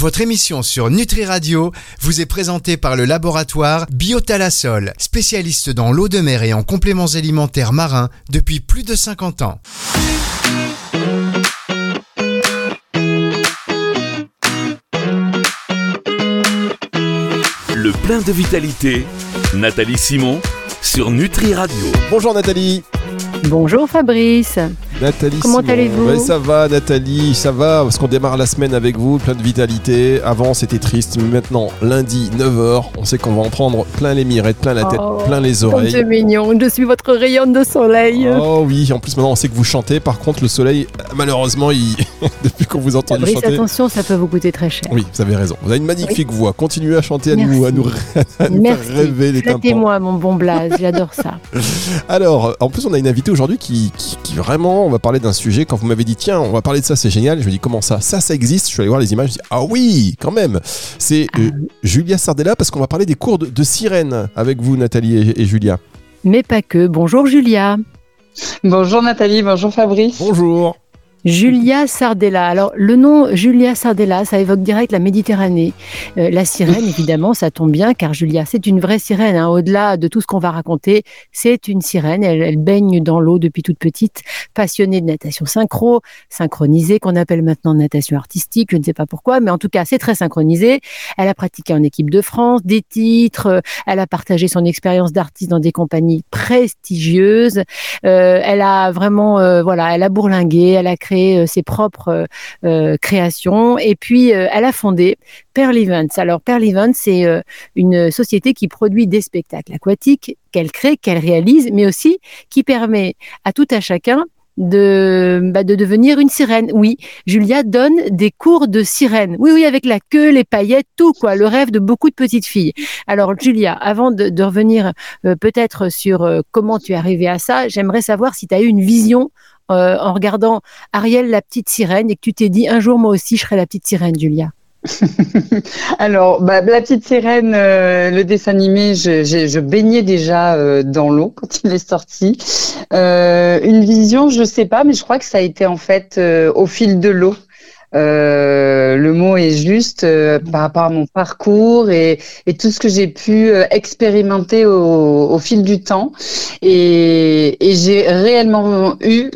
Votre émission sur Nutri Radio vous est présentée par le laboratoire Biotalasol, spécialiste dans l'eau de mer et en compléments alimentaires marins depuis plus de 50 ans. Le plein de vitalité, Nathalie Simon sur Nutri Radio. Bonjour Nathalie. Bonjour Fabrice. Nathalie Comment Simon. allez-vous ? Ouais, ça va Nathalie, ça va parce qu'on démarre la semaine avec vous, plein de vitalité. Avant c'était triste, mais maintenant lundi 9h, on sait qu'on va en prendre plein les mirettes, plein la tête, plein les oreilles. C'est mignon, je suis votre rayon de soleil. Oh oui, en plus maintenant on sait que vous chantez, par contre le soleil, malheureusement, depuis qu'on vous a entendu Fabrice, chanter... attention, ça peut vous coûter très cher. Oui, vous avez raison, vous avez une magnifique voix, continuez à chanter, à nous faire rêver les tympans. Flattez-moi mon bon Blaze, j'adore ça. Alors, en plus on a une invitée aujourd'hui qui vraiment, on va parler d'un sujet. Quand vous m'avez dit tiens on va parler de ça, c'est génial, je me dis comment ça existe, je suis allé voir les images, je me dis ah oui quand même, c'est Julia Sardella, parce qu'on va parler des cours de sirène avec vous Nathalie et Julia. Mais pas que, bonjour Julia. Bonjour Nathalie, bonjour Fabrice. Bonjour. Julia Sardella. Alors, le nom Julia Sardella, ça évoque direct la Méditerranée. La sirène, évidemment, ça tombe bien, car Julia, c'est une vraie sirène. Hein. Au-delà de tout ce qu'on va raconter, c'est une sirène. Elle baigne dans l'eau depuis toute petite, passionnée de natation synchronisée, qu'on appelle maintenant natation artistique, je ne sais pas pourquoi, mais en tout cas, c'est très synchronisé. Elle a pratiqué en équipe de France, des titres, elle a partagé son expérience d'artiste dans des compagnies prestigieuses. Elle a vraiment, elle a bourlingué, elle a créé ses propres créations, et puis elle a fondé Pearl Events. Alors Pearl Events, c'est une société qui produit des spectacles aquatiques qu'elle crée, qu'elle réalise, mais aussi qui permet à tout à chacun de devenir une sirène. Oui, Julia donne des cours de sirène. Oui, avec la queue, les paillettes, tout quoi, le rêve de beaucoup de petites filles. Alors Julia, avant de revenir peut-être sur comment tu es arrivée à ça, j'aimerais savoir si tu as eu une vision en regardant Ariel la petite sirène et que tu t'es dit un jour moi aussi je serai la petite sirène, Julia. Alors, la petite sirène, le dessin animé, je baignais déjà dans l'eau quand il est sorti. Une vision, je sais pas, mais je crois que ça a été en fait au fil de l'eau. Le mot est juste par rapport à mon parcours et tout ce que j'ai pu expérimenter au fil du temps, et j'ai réellement eu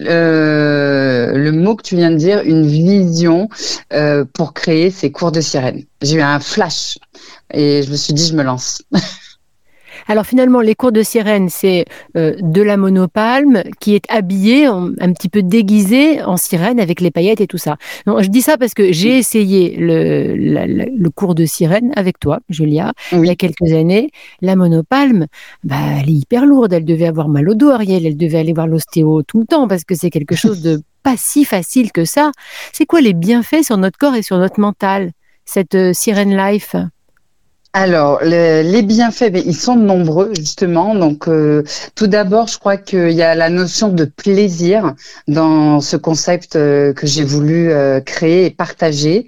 le mot que tu viens de dire, une vision pour créer ces cours de sirène. J'ai eu un flash et je me suis dit je me lance. Alors finalement, les cours de sirène, c'est de la monopalme qui est habillée, un petit peu déguisée en sirène avec les paillettes et tout ça. Donc, je dis ça parce que j'ai essayé le cours de sirène avec toi, Julia, il y a quelques années. La monopalme, elle est hyper lourde. Elle devait avoir mal au dos, Ariel. Elle devait aller voir l'ostéo tout le temps parce que c'est quelque chose de pas si facile que ça. C'est quoi les bienfaits sur notre corps et sur notre mental, cette sirène life ? Alors, les bienfaits, ils sont nombreux, justement. Donc, tout d'abord, je crois qu'il y a la notion de plaisir dans ce concept que j'ai voulu créer et partager.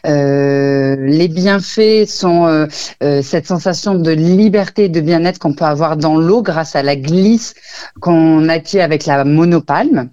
Les bienfaits sont cette sensation de liberté et de bien-être qu'on peut avoir dans l'eau grâce à la glisse qu'on acquiert avec la monopalme.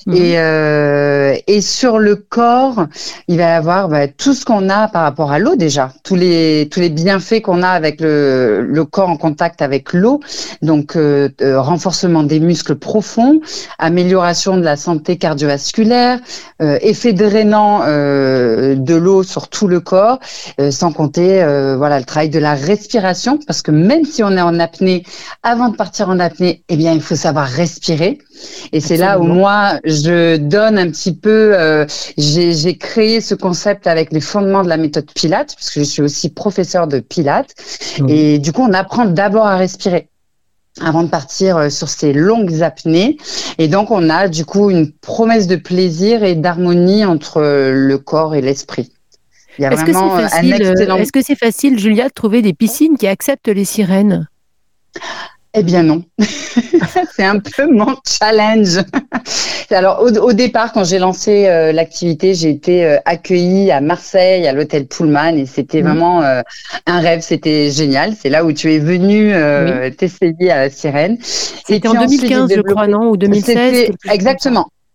Et sur le corps, il va y avoir tout ce qu'on a par rapport à l'eau déjà, tous les bienfaits qu'on a avec le corps en contact avec l'eau, donc renforcement des muscles profonds, amélioration de la santé cardiovasculaire, effet drainant de l'eau sur tout le corps, sans compter le travail de la respiration, parce que même si on est en apnée, avant de partir en apnée, il faut savoir respirer. Et c'est là où moi je donne un petit peu, j'ai créé ce concept avec les fondements de la méthode Pilates, parce que je suis aussi professeure de Pilates. Et du coup, on apprend d'abord à respirer avant de partir sur ces longues apnées. Et donc, on a du coup une promesse de plaisir et d'harmonie entre le corps et l'esprit. Il y a vraiment un excellent... Est-ce que c'est facile, Julia, de trouver des piscines qui acceptent les sirènes ? Eh bien non, c'est un peu mon challenge. Alors au départ, quand j'ai lancé l'activité, j'ai été accueillie à Marseille, à l'hôtel Pullman, et c'était vraiment un rêve, c'était génial. C'est là où tu es venue t'essayer à la sirène. C'était en 2015, je crois, non, ou 2016 Exactement.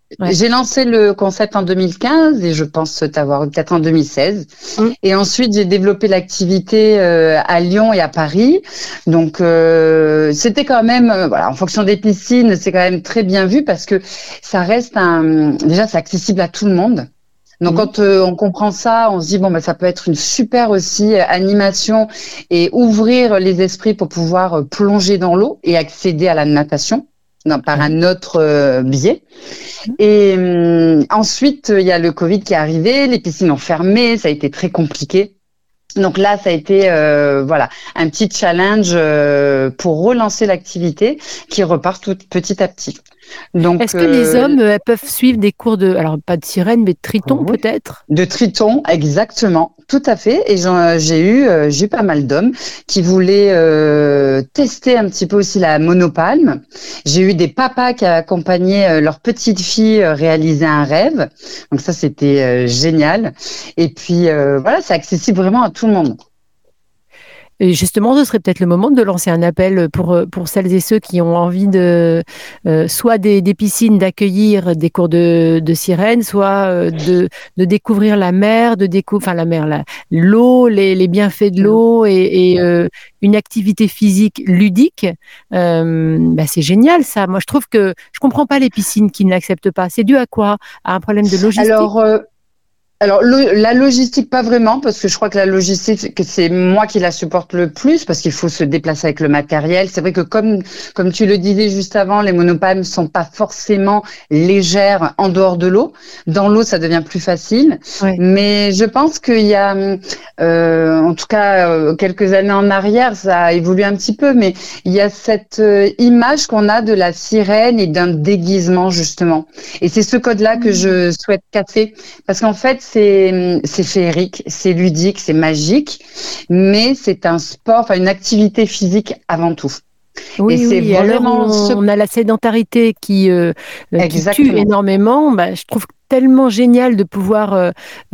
Ouais. J'ai lancé le concept en 2015 et je pense t'avoir eu peut-être en 2016. Et ensuite, j'ai développé l'activité à Lyon et à Paris. Donc, c'était quand même, voilà, en fonction des piscines, c'est quand même très bien vu parce que ça reste déjà, c'est accessible à tout le monde. Donc quand on comprend ça, on se dit bon ça peut être une super aussi animation et ouvrir les esprits pour pouvoir plonger dans l'eau et accéder à la natation par un autre biais. Et ensuite il y a le Covid qui est arrivé, les piscines ont fermé, ça a été très compliqué. Donc là, ça a été un petit challenge pour relancer l'activité qui repart petit à petit. Donc, est-ce que les hommes peuvent suivre des cours alors pas de sirène, mais de triton peut-être? De triton, exactement, tout à fait. Et j'ai eu pas mal d'hommes qui voulaient tester un petit peu aussi la monopalme. J'ai eu des papas qui accompagnaient leur petite fille réaliser un rêve. Donc ça, c'était génial. Et puis voilà, c'est accessible vraiment à tout le monde. Et justement, ce serait peut-être le moment de lancer un appel pour celles et ceux qui ont envie de soit des piscines d'accueillir des cours de sirène, soit de découvrir la mer, la mer, l'eau, les bienfaits de l'eau et une activité physique ludique. C'est génial ça. Moi, je trouve que je comprends pas les piscines qui ne l'acceptent pas. C'est dû à quoi? À un problème de logistique? Alors la logistique, pas vraiment, parce que je crois que la logistique, que c'est moi qui la supporte le plus, parce qu'il faut se déplacer avec le matériel. C'est vrai que comme tu le disais juste avant, les monopalmes sont pas forcément légères en dehors de l'eau. Dans l'eau, ça devient plus facile. Ouais. Mais je pense qu'il y a, en tout cas, quelques années en arrière, ça a évolué un petit peu, mais il y a cette image qu'on a de la sirène et d'un déguisement, justement. Et c'est ce code-là que je souhaite casser, parce qu'en fait, c'est féerique, c'est ludique, c'est magique, mais c'est un sport, une activité physique avant tout. Oui, et c'est vraiment on a la sédentarité qui tue énormément. Je trouve tellement génial de pouvoir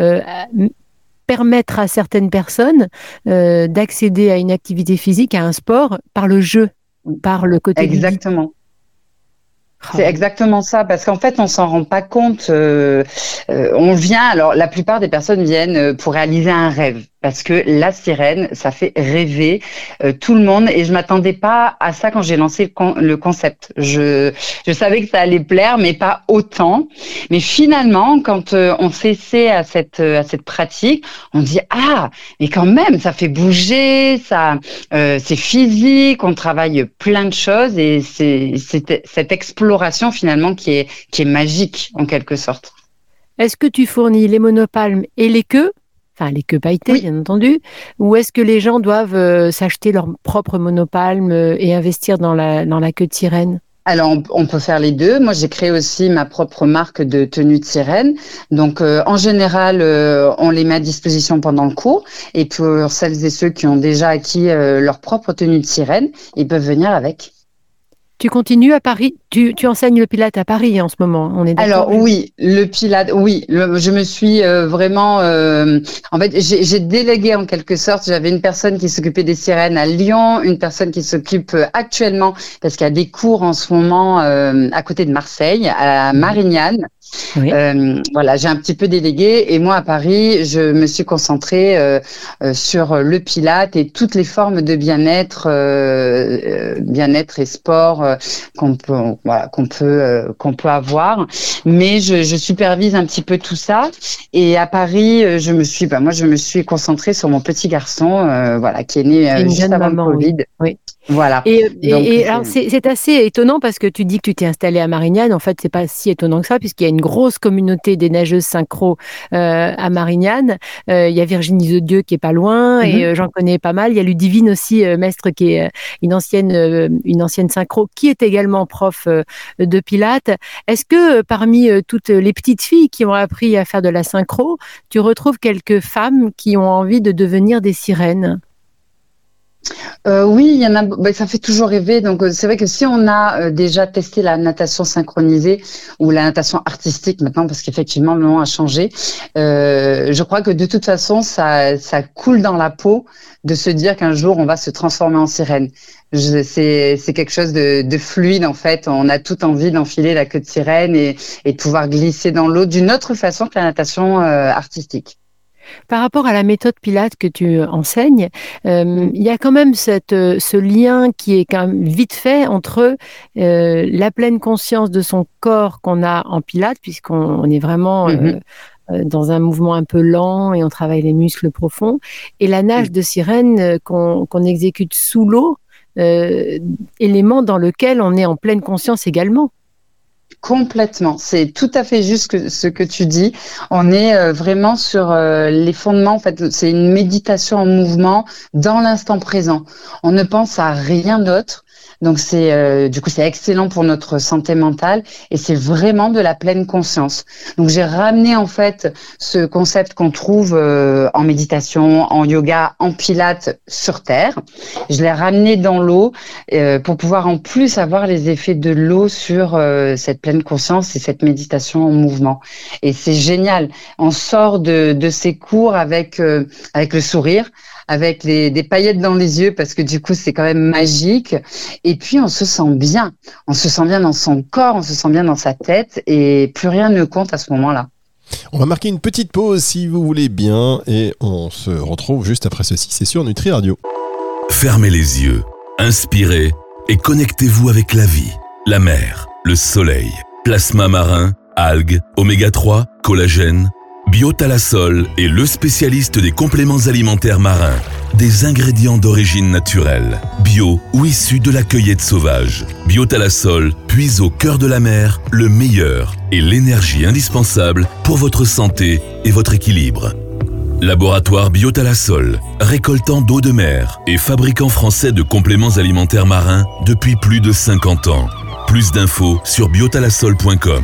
permettre à certaines personnes d'accéder à une activité physique, à un sport, par le jeu, par le côté exactement. ludique. C'est exactement ça, parce qu'en fait, on s'en rend pas compte. On vient, alors la plupart des personnes viennent pour réaliser un rêve, parce que la sirène, ça fait rêver tout le monde. Et je m'attendais pas à ça quand j'ai lancé le concept. Je savais que ça allait plaire, mais pas autant. Mais finalement, quand on s'essaie à cette pratique, on dit mais quand même, ça fait bouger, ça, c'est physique, on travaille plein de choses et c'est cette exploration finalement qui est magique en quelque sorte. Est-ce que tu fournis les monopalmes et les queues? Enfin, les queues pailletées, oui. Bien entendu. Ou est-ce que les gens doivent s'acheter leur propre monopalme et investir dans la queue de sirène? Alors, on peut faire les deux. Moi, j'ai créé aussi ma propre marque de tenue de sirène. Donc, en général, on les met à disposition pendant le cours. Et pour celles et ceux qui ont déjà acquis leur propre tenue de sirène, ils peuvent venir avec. Tu continues à Paris, tu enseignes le Pilate à Paris en ce moment, on est d'accord? Alors oui, le Pilate, oui, je me suis vraiment, en fait, j'ai délégué en quelque sorte. J'avais une personne qui s'occupait des sirènes à Lyon, une personne qui s'occupe actuellement, parce qu'il y a des cours en ce moment à côté de Marseille, à Marignane. Oui. Voilà, j'ai un petit peu délégué et moi à Paris, je me suis concentrée sur le Pilate et toutes les formes de bien-être et sport qu'on peut avoir. Mais je supervise un petit peu tout ça. Et à Paris, je me suis concentrée sur mon petit garçon, qui est né juste avant le Covid. Oui. Voilà. Et alors c'est assez étonnant parce que tu dis que tu t'es installée à Marignane. En fait, c'est pas si étonnant que ça puisqu'il y a une grosse communauté des nageuses synchro à Marignane. Il y a Virginie de Dieu qui est pas loin et j'en connais pas mal. Il y a Ludivine aussi, Mestre, qui est une ancienne synchro, qui est également prof de Pilates. Est-ce que parmi toutes les petites filles qui ont appris à faire de la synchro, tu retrouves quelques femmes qui ont envie de devenir des sirènes ? Oui, il y en a. Ça fait toujours rêver. Donc, c'est vrai que si on a déjà testé la natation synchronisée ou la natation artistique maintenant, parce qu'effectivement le nom a changé, je crois que de toute façon, ça coule dans la peau de se dire qu'un jour on va se transformer en sirène. C'est quelque chose de fluide en fait. On a toute envie d'enfiler la queue de sirène et de pouvoir glisser dans l'eau d'une autre façon que la natation artistique. Par rapport à la méthode Pilates que tu enseignes, il y a quand même ce lien qui est quand même vite fait entre la pleine conscience de son corps qu'on a en Pilates, puisqu'on est vraiment dans un mouvement un peu lent et on travaille les muscles profonds, et la nage de sirène qu'on exécute sous l'eau, élément dans lequel on est en pleine conscience également. Complètement, c'est tout à fait juste ce que tu dis. On est vraiment sur les fondements. En fait, c'est une méditation en mouvement dans l'instant présent. On ne pense à rien d'autre. Donc du coup c'est excellent pour notre santé mentale et c'est vraiment de la pleine conscience. Donc j'ai ramené en fait ce concept qu'on trouve en méditation, en yoga, en pilates sur terre. Je l'ai ramené dans l'eau pour pouvoir en plus avoir les effets de l'eau sur cette pleine conscience et cette méditation en mouvement. Et c'est génial. On sort de ces cours avec le sourire, avec des paillettes dans les yeux parce que du coup c'est quand même magique et puis on se sent bien dans son corps, on se sent bien dans sa tête et plus rien ne compte à ce moment-là. On va marquer une petite pause si vous voulez bien et on se retrouve juste après ceci, c'est sur Nutri Radio. Fermez les yeux, inspirez et connectez-vous avec la vie, la mer, le soleil, plasma marin, algues, oméga 3, collagène. Biotalasol est le spécialiste des compléments alimentaires marins, des ingrédients d'origine naturelle, bio ou issus de la cueillette sauvage. Biotalasol puise au cœur de la mer le meilleur et l'énergie indispensable pour votre santé et votre équilibre. Laboratoire Biotalasol, récoltant d'eau de mer et fabricant français de compléments alimentaires marins depuis plus de 50 ans. Plus d'infos sur biotalasol.com.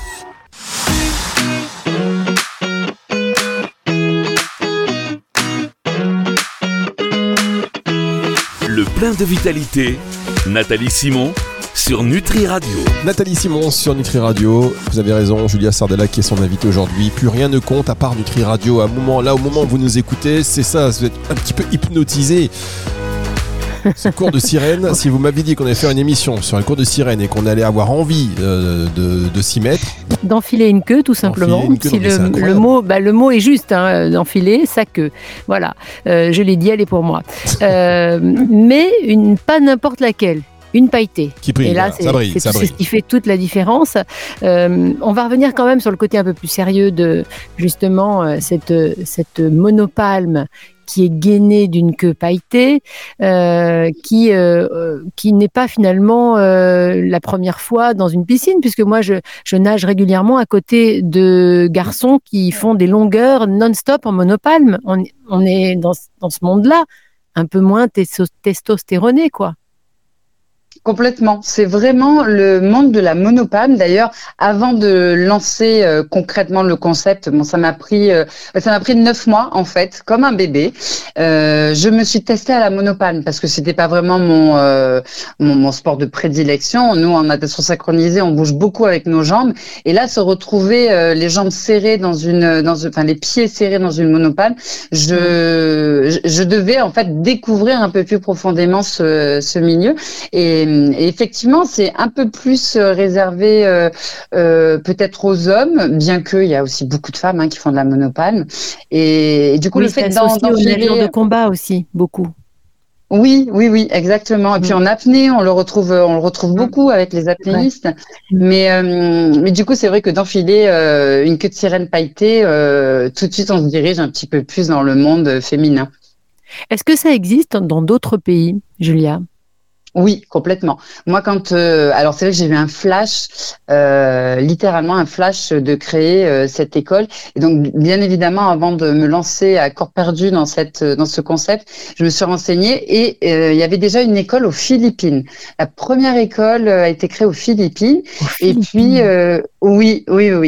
Le plein de vitalité, Nathalie Simon sur Nutri Radio. Nathalie Simon sur Nutri Radio. Vous avez raison, Julia Sardella qui est son invitée aujourd'hui. Plus rien ne compte à part Nutri Radio. Au moment où vous nous écoutez, c'est ça, vous êtes un petit peu hypnotisé. Ce cours de sirène, si vous m'aviez dit qu'on allait faire une émission sur un cours de sirène et qu'on allait avoir envie de s'y mettre. D'enfiler une queue, tout simplement. Le mot est juste, d'enfiler sa queue. Voilà, je l'ai dit, elle est pour moi. Mais pas n'importe laquelle. Une pailletée. Qui brille, et là, c'est ce qui fait toute la différence. On va revenir quand même sur le côté un peu plus sérieux de justement cette monopalme qui est gainée d'une queue pailletée, qui n'est pas finalement la première fois dans une piscine, puisque moi je nage régulièrement à côté de garçons qui font des longueurs non-stop en monopalme. On est dans ce monde-là, un peu moins testostéroné, quoi. Complètement. C'est vraiment le monde de la monopalme. D'ailleurs, avant de lancer concrètement le concept, ça m'a pris 9 mois en fait, comme un bébé. Je me suis testée à la monopalme parce que c'était pas vraiment mon sport de prédilection. Nous, en natation synchronisée, on bouge beaucoup avec nos jambes. Et là, se retrouver les jambes serrées les pieds serrés dans une monopalme, je devais en fait découvrir un peu plus profondément ce milieu. Et effectivement, c'est un peu plus réservé peut-être aux hommes, bien qu'il y a aussi beaucoup de femmes qui font de la monopalme. Et du coup, le fait d'enfiler aux de combat aussi, beaucoup. Oui, exactement. Et puis en apnée, on le retrouve beaucoup avec les apnéistes. Ouais. Mais du coup, c'est vrai que d'enfiler une queue de sirène pailletée, tout de suite, on se dirige un petit peu plus dans le monde féminin. Est-ce que ça existe dans d'autres pays, Julia ? Oui, complètement. Moi, alors c'est vrai que j'ai eu un flash, littéralement un flash de créer cette école. Et donc, bien évidemment, avant de me lancer à corps perdu dans ce concept, je me suis renseignée et il y avait déjà une école aux Philippines. La première école a été créée aux Philippines. Et puis, oui.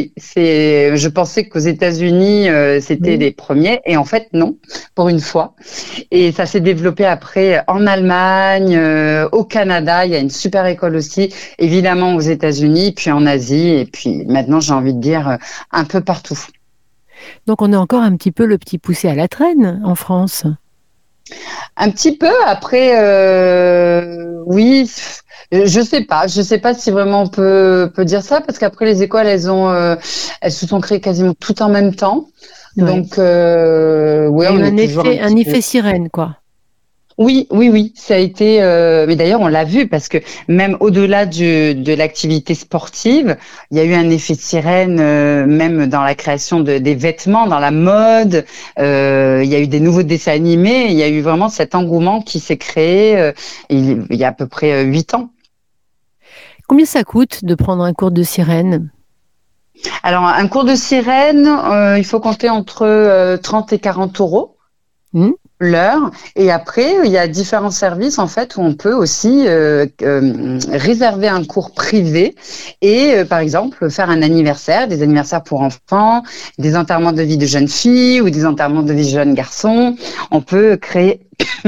Je pensais qu'aux États-Unis, c'était les premiers. Et en fait, non, pour une fois. Et ça s'est développé après en Allemagne, au Canada, il y a une super école aussi, évidemment aux États-Unis, puis en Asie, et puis maintenant, j'ai envie de dire, un peu partout. Donc, on est encore un petit peu le petit poussé à la traîne en France. Un petit peu, après, oui, je sais pas si vraiment on peut dire ça, parce qu'après, les écoles, elles se sont créées quasiment tout en même temps. Ouais. Donc, oui, on a un effet sirène, quoi. Oui, ça a été. Mais d'ailleurs, on l'a vu parce que même au-delà de l'activité sportive, il y a eu un effet sirène, même dans la création des vêtements, dans la mode. Il y a eu des nouveaux dessins animés. Il y a eu vraiment cet engouement qui s'est créé il y a à peu près 8 ans. Combien ça coûte de prendre un cours de sirène ? Alors, un cours de sirène, il faut compter entre 30 et 40 euros. L'heure. Et après, il y a différents services en fait où on peut aussi réserver un cours privé et par exemple faire un anniversaire, des anniversaires pour enfants, des enterrements de vie de jeunes filles ou des enterrements de vie de jeunes garçons. On peut créer,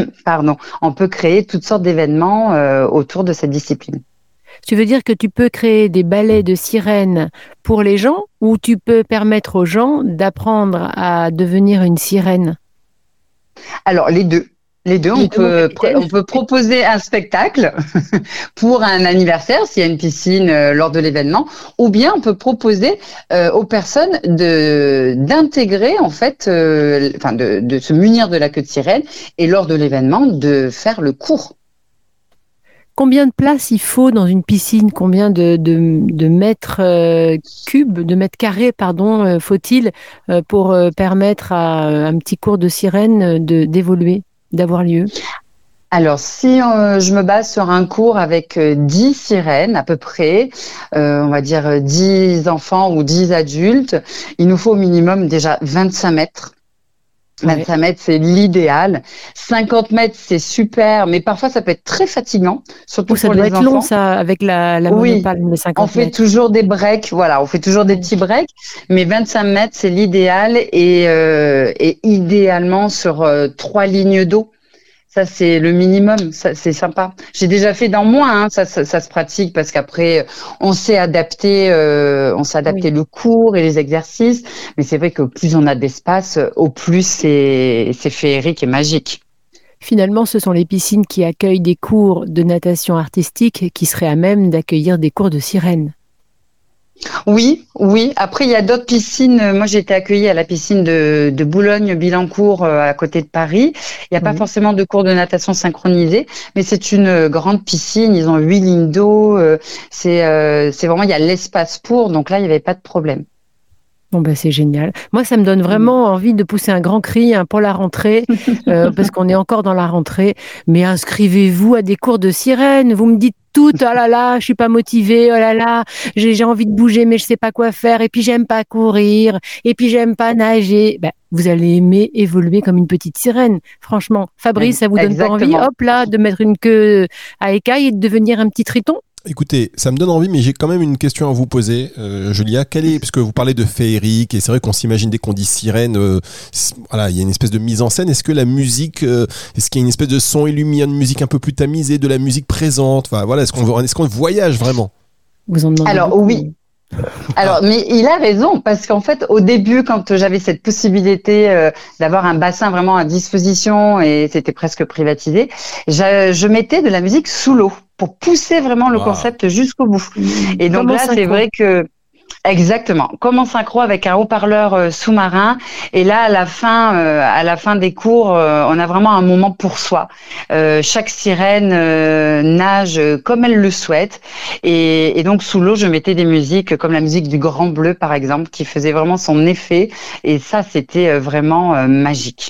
toutes sortes d'événements autour de cette discipline. Tu veux dire que tu peux créer des ballets de sirènes pour les gens ou tu peux permettre aux gens d'apprendre à devenir une sirène ? Alors, les deux. On peut proposer un spectacle pour un anniversaire, s'il y a une piscine lors de l'événement, ou bien on peut proposer aux personnes d'intégrer, en fait, de se munir de la queue de sirène et lors de l'événement, de faire le cours. Combien de places il faut dans une piscine ? Combien de mètres cubes, de mètres carrés, faut-il pour permettre à un petit cours de sirène d'évoluer, d'avoir lieu ? Alors, si je me base sur un cours avec 10 sirènes à peu près, on va dire 10 enfants ou 10 adultes, il nous faut au minimum déjà 25 mètres. 25 mètres, c'est l'idéal. 50 mètres, c'est super, mais parfois, ça peut être très fatigant, surtout pour les enfants. Ça doit être long, ça, avec la monopalme, les 50 mètres. On fait toujours des breaks, on fait toujours des petits breaks, mais 25 mètres, c'est l'idéal et idéalement sur 3 lignes d'eau. Ça, c'est le minimum. Ça, c'est sympa. J'ai déjà fait dans moins. Ça se pratique parce qu'après, on sait adapter le cours et les exercices. Mais c'est vrai que plus on a d'espace, au plus c'est féerique et magique. Finalement, ce sont les piscines qui accueillent des cours de natation artistique qui seraient à même d'accueillir des cours de sirène. Oui. Après, il y a d'autres piscines. Moi, j'ai été accueillie à la piscine de Boulogne-Billancourt, à côté de Paris. Il n'y a pas forcément de cours de natation synchronisés, mais c'est une grande piscine. Ils ont 8 lignes d'eau. C'est vraiment, il y a l'espace pour. Donc là, il n'y avait pas de problème. Bon, c'est génial. Moi, ça me donne vraiment envie de pousser un grand cri pour la rentrée, parce qu'on est encore dans la rentrée. Mais inscrivez-vous à des cours de sirène. Vous me dites tout, oh là là, je suis pas motivée, oh là là, j'ai envie de bouger, mais je sais pas quoi faire. Et puis, j'aime pas courir. Et puis, j'aime pas nager. Vous allez aimer évoluer comme une petite sirène. Franchement, Fabrice, ça vous donne pas envie, hop là, de mettre une queue à écailles et de devenir un petit triton ? Écoutez, ça me donne envie, mais j'ai quand même une question à vous poser, Julia. Parce que vous parlez de féerique, et c'est vrai qu'on s'imagine dès qu'on dit sirène, il y a une espèce de mise en scène. Est-ce que la musique, est-ce qu'il y a une espèce de son et lumière, une musique un peu plus tamisée, de la musique présente ? Est-ce qu'on voyage vraiment ? Vous en demandez Alors, beaucoup. Oui. Alors, mais il a raison, parce qu'en fait, au début, quand j'avais cette possibilité d'avoir un bassin vraiment à disposition et c'était presque privatisé, je mettais de la musique sous l'eau pour pousser vraiment le concept jusqu'au bout. Et donc là, c'est vrai que exactement, comme en synchro avec un haut-parleur sous-marin. Et là, à la fin des cours, on a vraiment un moment pour soi. Chaque sirène nage comme elle le souhaite. Et donc, sous l'eau, je mettais des musiques comme la musique du Grand Bleu, par exemple, qui faisait vraiment son effet. Et ça, c'était vraiment magique.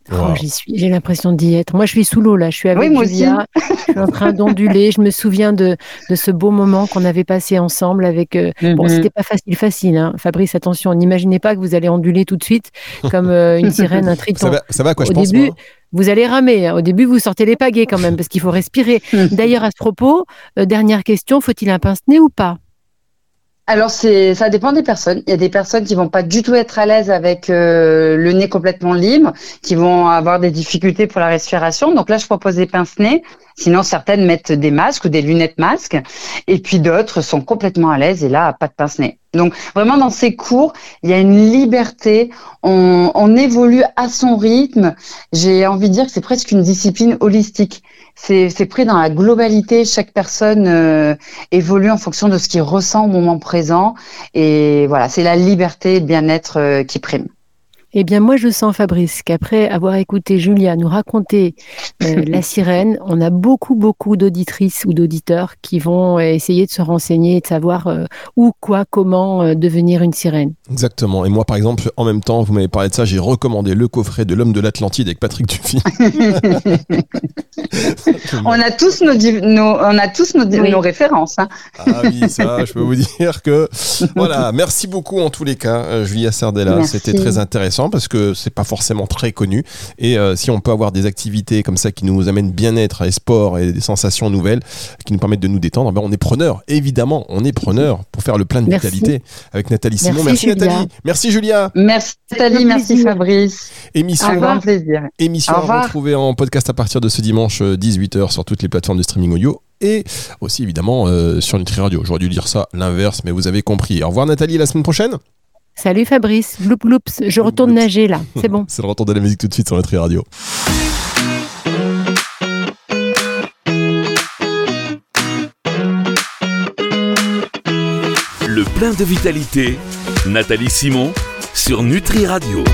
Oh, j'y suis. J'ai l'impression d'y être. Moi, je suis sous l'eau là. Je suis avec moi Julia. Je suis en train d'onduler. Je me souviens de ce beau moment qu'on avait passé ensemble avec. Bon, c'était pas facile. Hein. Fabrice, attention, n'imaginez pas que vous allez onduler tout de suite comme une sirène, un triton. Ça va à quoi je Au pense, début, moi. vous allez ramer. Au début, vous sortez les pagaies quand même parce qu'il faut respirer. D'ailleurs, à ce propos, dernière question, faut-il un pince-nez ou pas? Alors ça dépend des personnes. Il y a des personnes qui vont pas du tout être à l'aise avec le nez complètement libre, qui vont avoir des difficultés pour la respiration. Donc là, je propose des pince-nez. Sinon, certaines mettent des masques ou des lunettes masques. Et puis d'autres sont complètement à l'aise et là, pas de pince-nez. Donc vraiment, dans ces cours, il y a une liberté. On évolue à son rythme. J'ai envie de dire que c'est presque une discipline holistique. C'est pris dans la globalité. Chaque personne évolue en fonction de ce qu'il ressent au moment présent. Et voilà, c'est la liberté et le bien-être qui prime. Eh bien, moi, je sens, Fabrice, qu'après avoir écouté Julia nous raconter la sirène, on a beaucoup d'auditrices ou d'auditeurs qui vont essayer de se renseigner et de savoir où, quoi, comment devenir une sirène. Exactement. Et moi, par exemple, en même temps, vous m'avez parlé de ça, j'ai recommandé le coffret de l'homme de l'Atlantide avec Patrick Dufy. On a tous nos références. Hein. Ah oui, ça, je peux vous dire que... Voilà, merci beaucoup en tous les cas, Julia Sardella. Merci. C'était très intéressant parce que c'est pas forcément très connu. Et si on peut avoir des activités comme ça qui nous amènent bien-être et sport et des sensations nouvelles qui nous permettent de nous détendre, ben on est preneur. Évidemment, on est preneur pour faire le plein de vitalité avec Nathalie Simon. Merci Nathalie. Merci Julia. Merci Nathalie, merci Fabrice. Émission Un grand plaisir. Émission à retrouver en podcast à partir de ce dimanche 18h sur toutes les plateformes de streaming audio et aussi évidemment sur Nutri Radio. J'aurais dû dire ça l'inverse, mais vous avez compris. Au revoir Nathalie, la semaine prochaine. Salut Fabrice, Loups, je retourne nager là, c'est bon. C'est le retour de la musique tout de suite sur Nutri Radio. Le plein de vitalité, Nathalie Simon sur Nutri Radio.